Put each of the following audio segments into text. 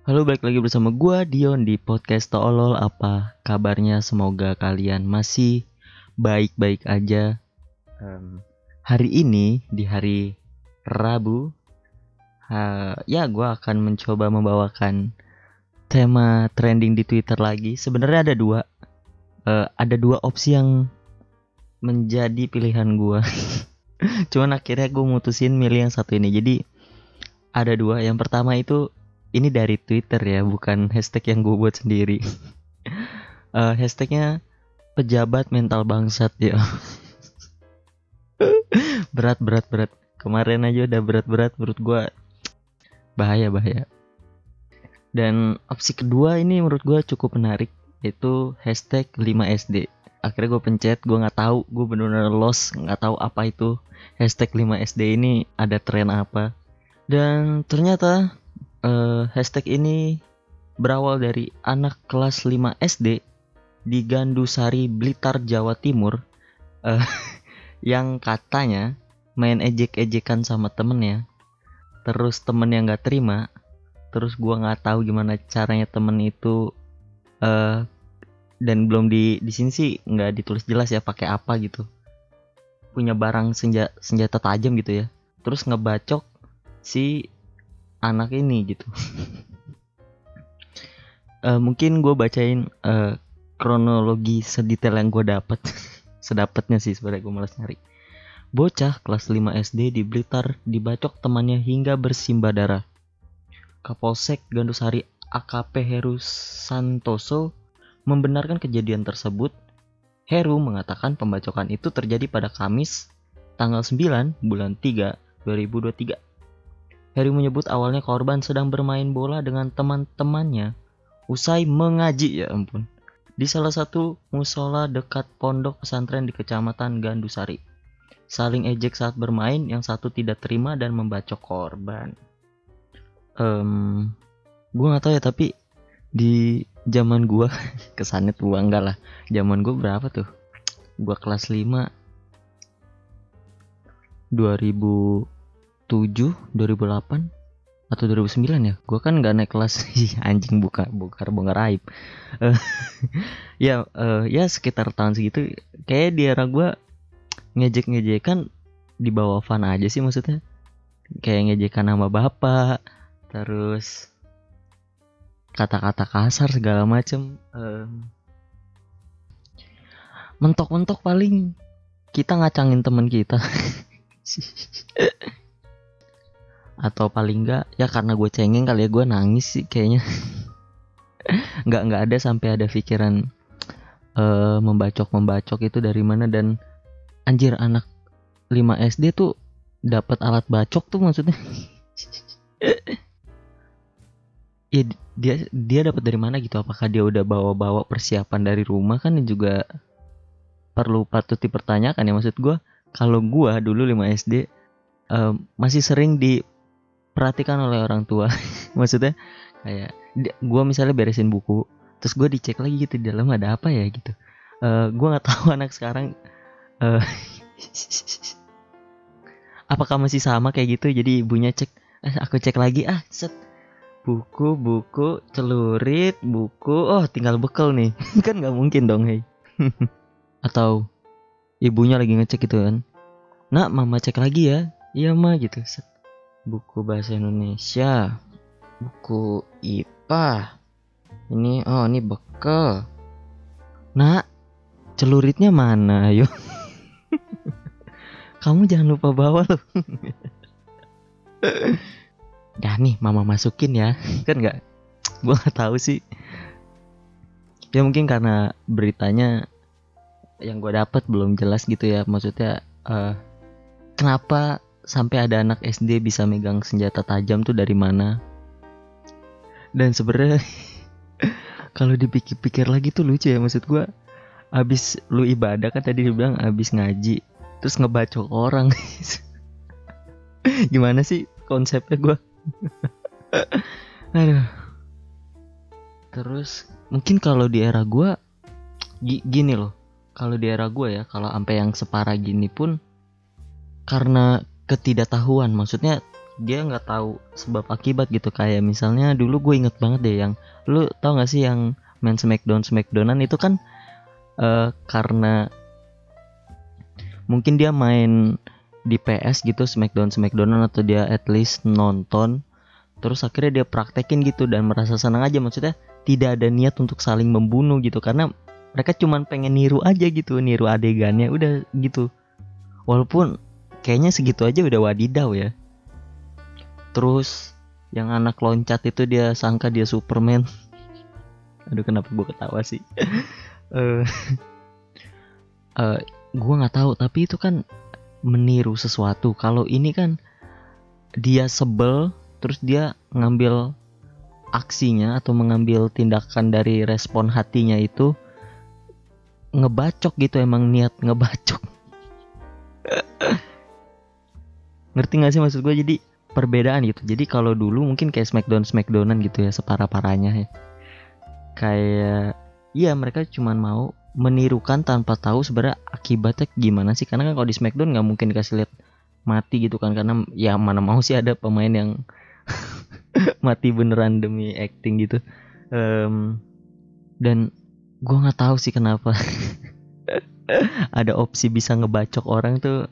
Halo, balik lagi bersama gua Dion di podcast Tolol. Apa kabarnya? Semoga kalian masih baik-baik aja. Hari ini di hari Rabu, ya gua akan mencoba membawakan tema trending di Twitter lagi. Sebenarnya ada dua opsi yang menjadi pilihan gua. Cuman akhirnya gua mutusin milih yang satu ini. Jadi ada dua. Yang pertama itu ini dari Twitter ya, bukan hashtag yang gue buat sendiri. Hashtagnya pejabat mental bangsat ya. berat. Kemarin aja udah berat menurut gue, bahaya. Dan opsi kedua ini menurut gue cukup menarik, yaitu hashtag 5SD. Akhirnya gue pencet, gue nggak tahu, gue benar-benar lost, nggak tahu apa itu hashtag 5SD ini, ada tren apa. Dan ternyata hashtag ini berawal dari anak kelas 5 SD di Gandusari, Blitar, Jawa Timur, yang katanya main ejek-ejekan sama temennya. Terus temennya nggak terima. Terus gua nggak tahu gimana caranya temen itu, dan belum di sini sih nggak ditulis jelas ya pakai apa gitu. Punya barang senjata tajam gitu ya. Terus ngebacok si anak ini gitu. Mungkin gue bacain kronologi sedetail yang gue dapat. Sedapatnya sih sebenarnya, gue malas nyari. Bocah kelas 5 SD di Blitar dibacok temannya hingga bersimbah darah. Kapolsek Gandusari AKP Heru Santoso membenarkan kejadian tersebut. Heru mengatakan pembacokan itu terjadi pada Kamis tanggal 9 bulan 3 2023. Heru menyebut awalnya korban sedang bermain bola dengan teman-temannya usai mengaji, ya ampun, di salah satu musola dekat pondok pesantren di Kecamatan Gandusari. Saling ejek saat bermain, yang satu tidak terima dan membacok korban. Gue nggak tahu ya, tapi di zaman gue kesannya tua, enggak lah. Zaman gue berapa tuh? Gue kelas 5 2007, 2008 atau 2009 ya. Gue kan nggak naik kelas. Anjing, bongkar aib. Ya sekitar tahun segitu. Kayak di era gue ngejek-ngejekan di bawah fun aja sih, maksudnya kayak ngejekan nama bapak, terus kata-kata kasar segala macem. Mentok-mentok paling kita ngacangin teman kita. Atau paling enggak ya karena gue cengeng kali ya, gue nangis sih kayaknya. nggak ada sampai ada pikiran membacok itu dari mana. Dan anjir, anak 5 SD tuh dapat alat bacok tuh, maksudnya. Ya dia dapat dari mana gitu? Apakah dia udah bawa persiapan dari rumah? Kan juga patut dipertanyakan ya. Maksud gue, kalau gue dulu 5 SD masih sering diperhatikan oleh orang tua. Maksudnya kayak gue misalnya beresin buku, terus gue dicek lagi gitu, di dalam ada apa ya gitu. Gue nggak tahu anak sekarang apakah masih sama kayak gitu. Jadi ibunya cek, aku cek lagi, set, buku celurit buku, oh tinggal bekel nih. Kan nggak mungkin dong, hei. Atau ibunya lagi ngecek gitu kan, nak mama cek lagi ya, iya ma gitu, set, buku bahasa Indonesia, buku IPA, ini bekel, nak celuritnya mana, ayo. Kamu jangan lupa bawa loh. Dah nih mama masukin ya. Kan nggak, gue nggak tahu sih. Ya mungkin karena beritanya yang gue dapat belum jelas gitu ya. Maksudnya kenapa sampai ada anak SD bisa megang senjata tajam tuh dari mana? Dan sebenarnya kalau dipikir-pikir lagi tuh lucu ya. Maksud gue, abis lu ibadah kan tadi dibilang, abis ngaji terus ngebacok orang. Gimana sih konsepnya gue? Aduh. Terus mungkin kalau di era gue gini loh. Kalau di era gue ya, kalau sampai yang separah gini pun karena ketidaktahuan. Maksudnya dia nggak tahu sebab akibat gitu. Kayak misalnya dulu gue inget banget deh yang, lu tau gak sih yang main Smackdownan itu kan karena mungkin dia main di PS gitu, Smackdownan, atau dia at least nonton, terus akhirnya dia praktekin gitu dan merasa senang aja. Maksudnya tidak ada niat untuk saling membunuh gitu, karena mereka cuman pengen niru aja gitu, niru adegannya udah gitu. Walaupun kayaknya segitu aja udah wadidaw ya. Terus yang anak loncat itu dia sangka dia Superman. Aduh, kenapa gue ketawa sih? eh gue nggak tahu, tapi itu kan meniru sesuatu. Kalau ini kan dia sebel, terus dia ngambil aksinya atau mengambil tindakan dari respon hatinya itu ngebacok gitu, emang niat ngebacok. Ngerti gak sih maksud gue? Jadi perbedaan gitu. Jadi kalau dulu mungkin kayak Smackdownan gitu ya, separah-parahnya ya, kayak iya mereka cuman mau menirukan tanpa tahu sebenarnya akibatnya gimana sih. Karena kan kalau di Smackdown nggak mungkin dikasih lihat mati gitu kan, karena ya mana mau sih ada pemain yang mati beneran demi acting gitu. Dan gue nggak tahu sih kenapa ada opsi bisa ngebacok orang tuh.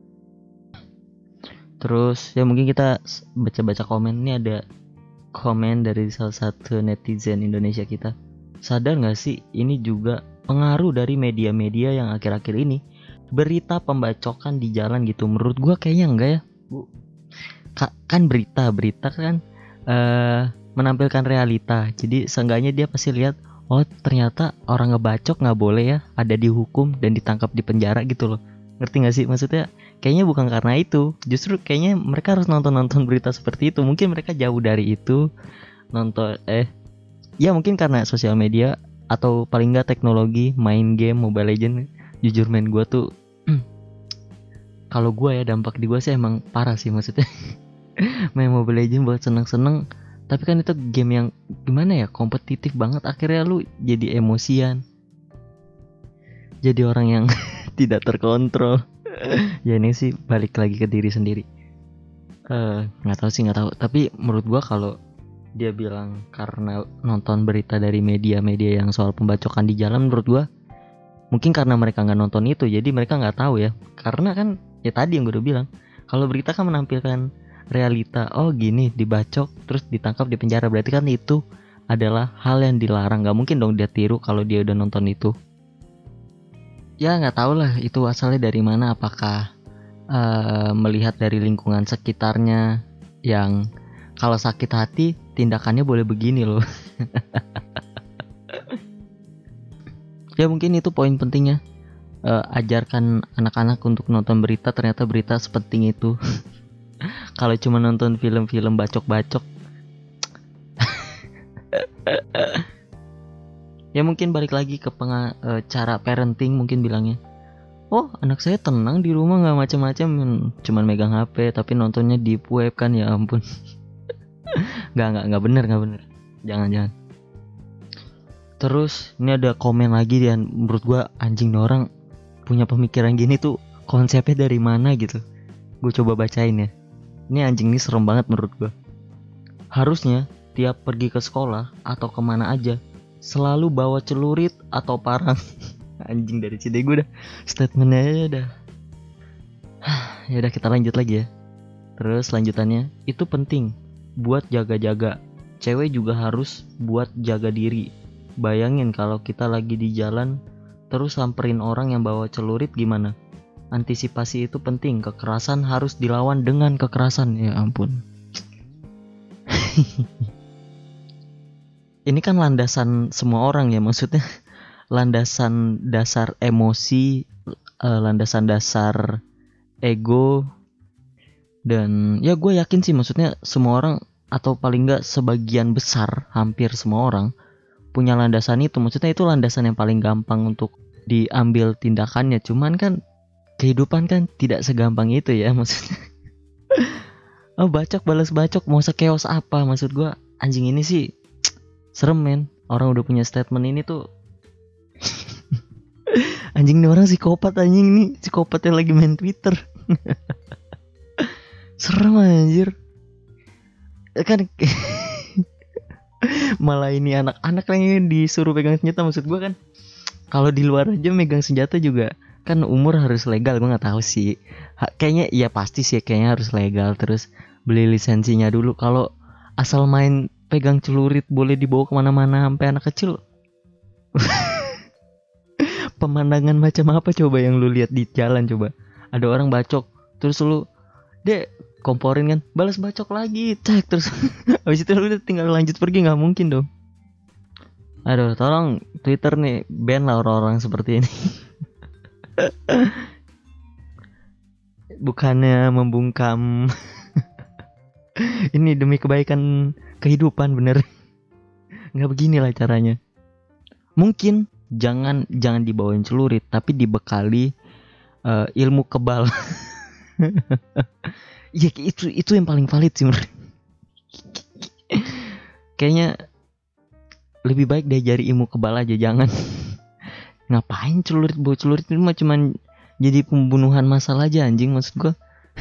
Terus ya mungkin kita baca-baca komen. Ini ada komen dari salah satu netizen Indonesia kita. Sadar gak sih ini juga pengaruh dari media-media yang akhir-akhir ini, berita pembacokan di jalan gitu. Menurut gue kayaknya enggak ya, Bu. Kan berita kan menampilkan realita. Jadi seenggaknya dia pasti lihat, oh ternyata orang ngebacok gak boleh ya, ada dihukum dan ditangkap di penjara gitu loh. Ngerti gak sih? Maksudnya kayaknya bukan karena itu. Justru kayaknya mereka harus nonton berita seperti itu. Mungkin mereka jauh dari itu, nonton ya mungkin karena sosial media atau paling nggak teknologi, main game Mobile Legend. Jujur main gue tuh kalau gue ya, dampak di gue sih emang parah sih. Maksudnya main Mobile Legend buat seneng-seneng, tapi kan itu game yang gimana ya, kompetitif banget. Akhirnya lu jadi emosian, jadi orang yang tidak terkontrol. Ya ini sih balik lagi ke diri sendiri. Nggak tahu. Tapi menurut gue kalau dia bilang karena nonton berita dari media-media yang soal pembacokan di jalan, menurut gua mungkin karena mereka nggak nonton itu, jadi mereka nggak tahu ya. Karena kan ya tadi yang gue udah bilang, kalau berita kan menampilkan realita. Oh gini, dibacok terus ditangkap di penjara, berarti kan itu adalah hal yang dilarang. Nggak mungkin dong dia tiru kalau dia udah nonton itu. Ya nggak tahu lah itu asalnya dari mana. Apakah melihat dari lingkungan sekitarnya yang kalau sakit hati tindakannya boleh begini loh. Ya mungkin itu poin pentingnya. Ajarkan anak-anak untuk nonton berita. Ternyata berita sepenting itu. Kalau cuma nonton film-film bacok-bacok. Ya mungkin balik lagi ke cara parenting mungkin bilangnya. Oh anak saya tenang di rumah, gak macam-macam, cuman megang HP tapi nontonnya deep web kan, ya ampun. Nggak bener. Jangan. Terus ini ada komen lagi, dan menurut gua anjing nih orang punya pemikiran gini tuh konsepnya dari mana gitu. Gue coba bacain ya. Ini anjing nih serem banget menurut gua. Harusnya tiap pergi ke sekolah atau kemana aja selalu bawa celurit atau parang. Anjing dari sini gue udah statementnya aja udah. Ya udah kita lanjut lagi ya. Terus lanjutannya, itu penting buat jaga-jaga. Cewek juga harus buat jaga diri. Bayangin kalau kita lagi di jalan terus samperin orang yang bawa celurit gimana? Antisipasi itu penting. Kekerasan harus dilawan dengan kekerasan. Ya ampun. Ini kan landasan semua orang ya, maksudnya landasan dasar emosi, landasan dasar ego. Dan ya gue yakin sih, maksudnya semua orang atau paling gak sebagian besar, hampir semua orang punya landasan itu. Maksudnya itu landasan yang paling gampang untuk diambil tindakannya. Cuman kan kehidupan kan tidak segampang itu ya, maksudnya. Oh bacok balas bacok, mau sekeos apa? Maksud gue anjing ini sih serem men. Orang udah punya statement ini tuh anjing nih orang psikopat, anjing nih psikopat yang lagi main Twitter. Serem anjir. kan malah ini anak-anak yang disuruh pegang senjata. Maksud gue kan kalau di luar aja megang senjata juga kan umur harus legal. Gue nggak tahu sih, kayaknya ya pasti sih kayaknya harus legal, terus beli lisensinya dulu. Kalau asal main pegang celurit boleh dibawa kemana-mana sampai anak kecil. Pemandangan macam apa coba yang lu lihat di jalan? Coba ada orang bacok terus lu dek komporin kan, balas bacok lagi cek terus habis itu lu tinggal lanjut pergi, nggak mungkin dong. Aduh, tolong Twitter nih ban lah orang-orang seperti ini. Bukannya membungkam ini demi kebaikan kehidupan, bener. Nggak beginilah caranya. Mungkin jangan dibawain celurit, tapi dibekali ilmu kebal. Iya, itu yang paling valid sih menurut. Kayaknya lebih baik diajari ilmu kebal aja, jangan ngapain celurit. Bawa celurit itu mah cuman jadi pembunuhan massal aja anjing, maksud gua.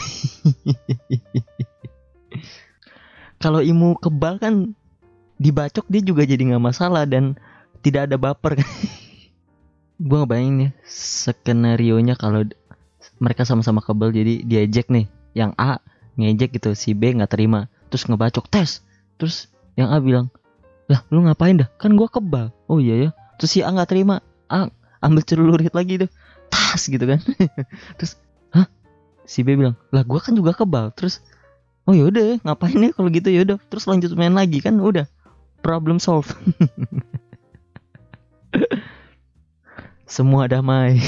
Kalau ilmu kebal kan dibacok dia juga jadi nggak masalah dan tidak ada baper kan. Gua ngebayangin ya skenarionya kalau mereka sama-sama kebal, jadi diejek nih, yang A ngejek gitu, si B nggak terima, terus ngebacok tes, terus yang A bilang, lah lu ngapain dah, kan gua kebal. Oh iya ya. Terus si A nggak terima, A ambil celurit lagi tuh, tas gitu kan. Terus hah, si B bilang, lah gua kan juga kebal. Terus oh yaudah ngapain ya kalau gitu, yaudah terus lanjut main lagi kan, udah problem solve. Semua damai.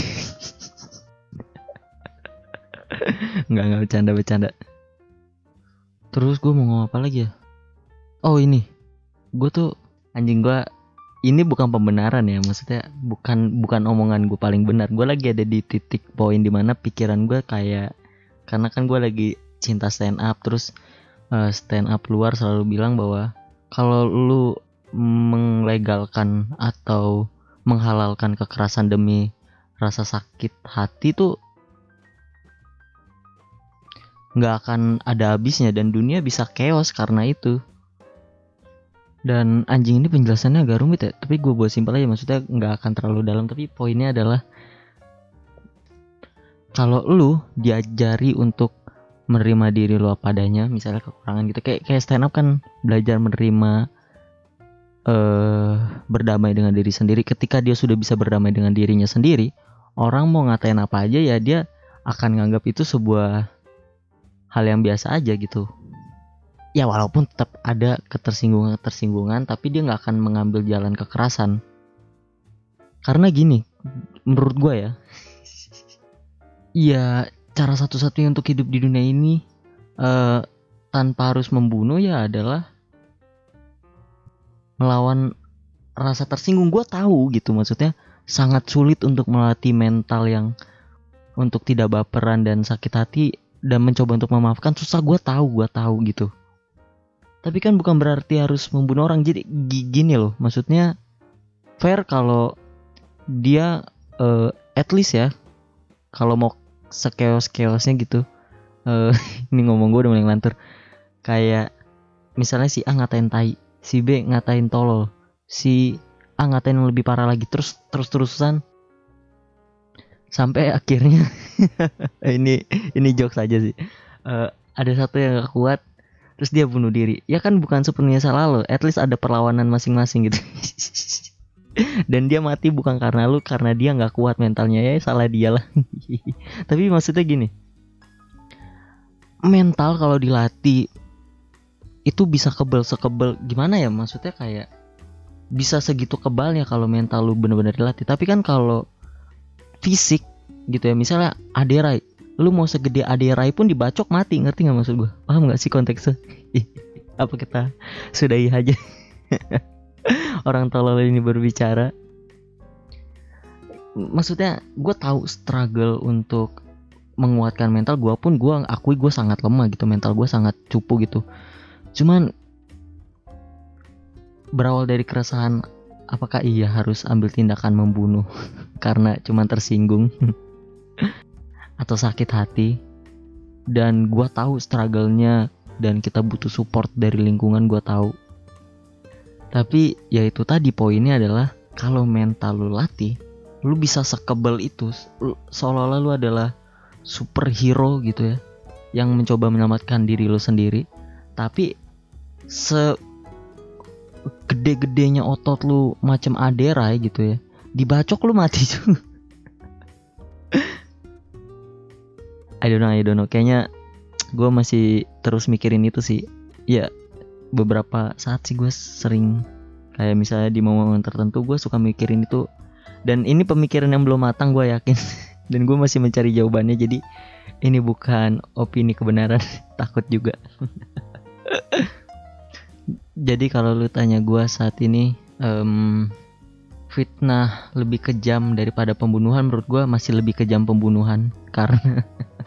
Nggak bercanda. Terus gue mau ngomong apa lagi ya? Oh ini, gue tuh anjing, gue ini bukan pembenaran ya, maksudnya bukan omongan gue paling benar. Gue lagi ada di titik poin dimana pikiran gue kayak, karena kan gue lagi cinta stand up, terus stand up luar selalu bilang bahwa kalau lu melegalkan atau menghalalkan kekerasan demi rasa sakit hati tuh nggak akan ada habisnya dan dunia bisa chaos karena itu. Dan anjing, ini penjelasannya agak rumit ya, tapi gue buat simpel aja, maksudnya nggak akan terlalu dalam. Tapi poinnya adalah kalau lu diajari untuk menerima diri lu apa adanya, misalnya kekurangan gitu, kayak stand up kan belajar menerima berdamai dengan diri sendiri. Ketika dia sudah bisa berdamai dengan dirinya sendiri, orang mau ngatain apa aja ya dia akan nganggap itu sebuah hal yang biasa aja gitu. Ya walaupun tetap ada ketersinggungan, tapi dia nggak akan mengambil jalan kekerasan. Karena gini, menurut gue ya, ya cara satu-satunya untuk hidup di dunia ini tanpa harus membunuh ya adalah melawan rasa tersinggung. Gue tahu gitu, maksudnya sangat sulit untuk melatih mental yang untuk tidak baperan dan sakit hati dan mencoba untuk memaafkan. Susah, gue tahu gitu. Tapi kan bukan berarti harus membunuh orang. Jadi gini loh, maksudnya fair kalau dia at least ya, kalau mau sekeos-keosnya gitu, ini ngomong gue udah mulai ngelantur. Kayak misalnya si A ngatain tai, si B ngatain tolol, si A ngatain yang lebih parah lagi, terus-terusan sampai akhirnya ini jokes aja sih, ada satu yang gak kuat terus dia bunuh diri. Ya kan bukan sepenuhnya salah lo, at least ada perlawanan masing-masing gitu. Dan dia mati bukan karena lu, karena dia gak kuat mentalnya, ya salah dia lah. Tapi maksudnya gini, mental kalau dilatih itu bisa sekebel gimana ya, maksudnya kayak bisa segitu kebalnya kalau mental lu benar-benar dilatih. Tapi kan kalau fisik gitu ya, misalnya Aderai, lu mau segede Aderai pun dibacok mati, ngerti nggak maksud gue? Paham nggak sih konteksnya? Apa kita sudahi aja? Orang tolol ini berbicara. Maksudnya gue tahu struggle untuk menguatkan mental. Gue akui gue sangat lemah gitu, mental gue sangat cupu gitu. Cuman berawal dari keresahan, apakah iya harus ambil tindakan membunuh karena cuman tersinggung atau sakit hati? Dan gue tahu struggle-nya dan kita butuh support dari lingkungan, gue tahu. Tapi ya itu tadi, poinnya adalah kalau mental lu latih, lu bisa sekebal itu, seolah-olah lu adalah superhero gitu ya, yang mencoba menyelamatkan diri lu sendiri. Tapi segede-gedenya otot lu macam aderai gitu ya, dibacok lu mati juga. I don't know. Kayaknya gue masih terus mikirin itu sih. Ya beberapa saat sih gue sering kayak misalnya di momen tertentu gue suka mikirin itu. Dan ini pemikiran yang belum matang, gue yakin. Dan gue masih mencari jawabannya. Jadi ini bukan opini kebenaran. Takut juga. Jadi kalau lu tanya gue saat ini, fitnah lebih kejam daripada pembunuhan, menurut gue masih lebih kejam pembunuhan. Karena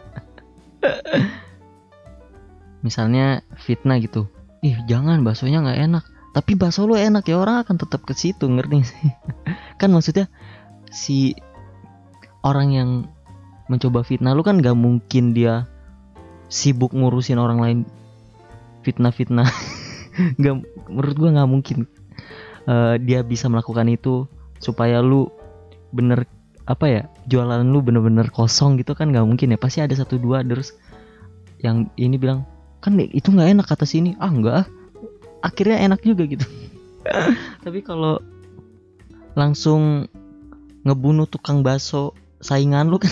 misalnya fitnah gitu, ih jangan, baksonya nggak enak. Tapi bakso lu enak ya, orang akan tetap ke situ, ngerti sih? Kan maksudnya si orang yang mencoba fitnah lu kan nggak mungkin dia sibuk ngurusin orang lain fitnah. Nggak, menurut gua nggak mungkin dia bisa melakukan itu supaya lu bener jualan lu bener-bener kosong gitu kan, nggak mungkin ya. Pasti ada 1-2 terus yang ini bilang kan itu nggak enak kata sini, enggak, akhirnya enak juga gitu. Tapi kalau langsung ngebunuh tukang bakso saingan lu kan,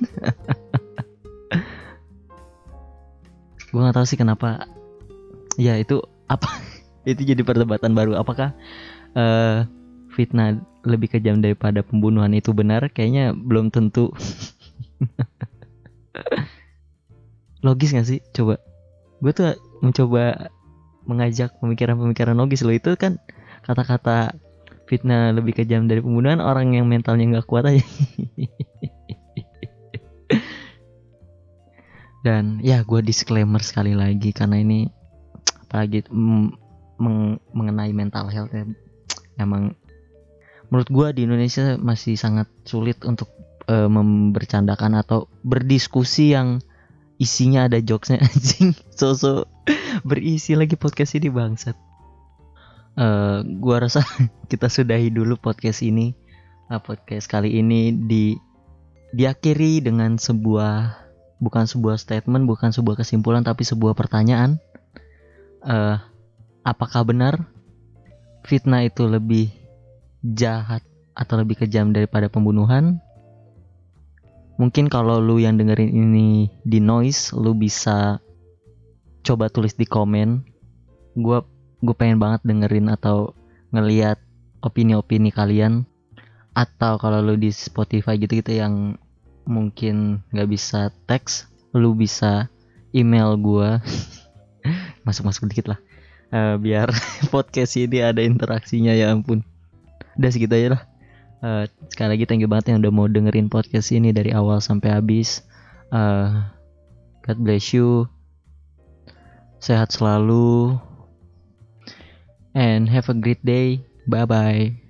gue nggak tahu sih kenapa ya. Itu apa? Itu jadi perdebatan baru, apakah fitnah lebih kejam daripada pembunuhan itu benar? Kayaknya belum tentu. Logis gak sih? Coba gue tuh mencoba mengajak pemikiran-pemikiran logis loh. Itu kan kata-kata fitnah lebih kejam dari pembunuhan, orang yang mentalnya gak kuat aja. Dan ya gue disclaimer sekali lagi, karena ini apalagi mengenai mental health ya, emang menurut gue di Indonesia masih sangat sulit untuk membercandakan atau berdiskusi yang isinya ada jokesnya. Anjing, so berisi lagi podcast ini, bangsat. Gua rasa kita sudahi dulu podcast ini. Podcast kali ini diakhiri dengan bukan sebuah statement, bukan sebuah kesimpulan, tapi sebuah pertanyaan. Apakah benar fitnah itu lebih jahat atau lebih kejam daripada pembunuhan? Mungkin kalau lu yang dengerin ini di Noise, lu bisa coba tulis di komen. Gue pengen banget dengerin atau ngelihat opini-opini kalian. Atau kalau lu di Spotify gitu-gitu yang mungkin nggak bisa teks, lu bisa email gue. Masuk dikit lah, biar podcast ini ada interaksinya. Ya ampun, udah segitu aja lah. Sekali lagi thank you banget yang udah mau dengerin podcast ini dari awal sampai habis. God bless you, sehat selalu, and have a great day. Bye bye.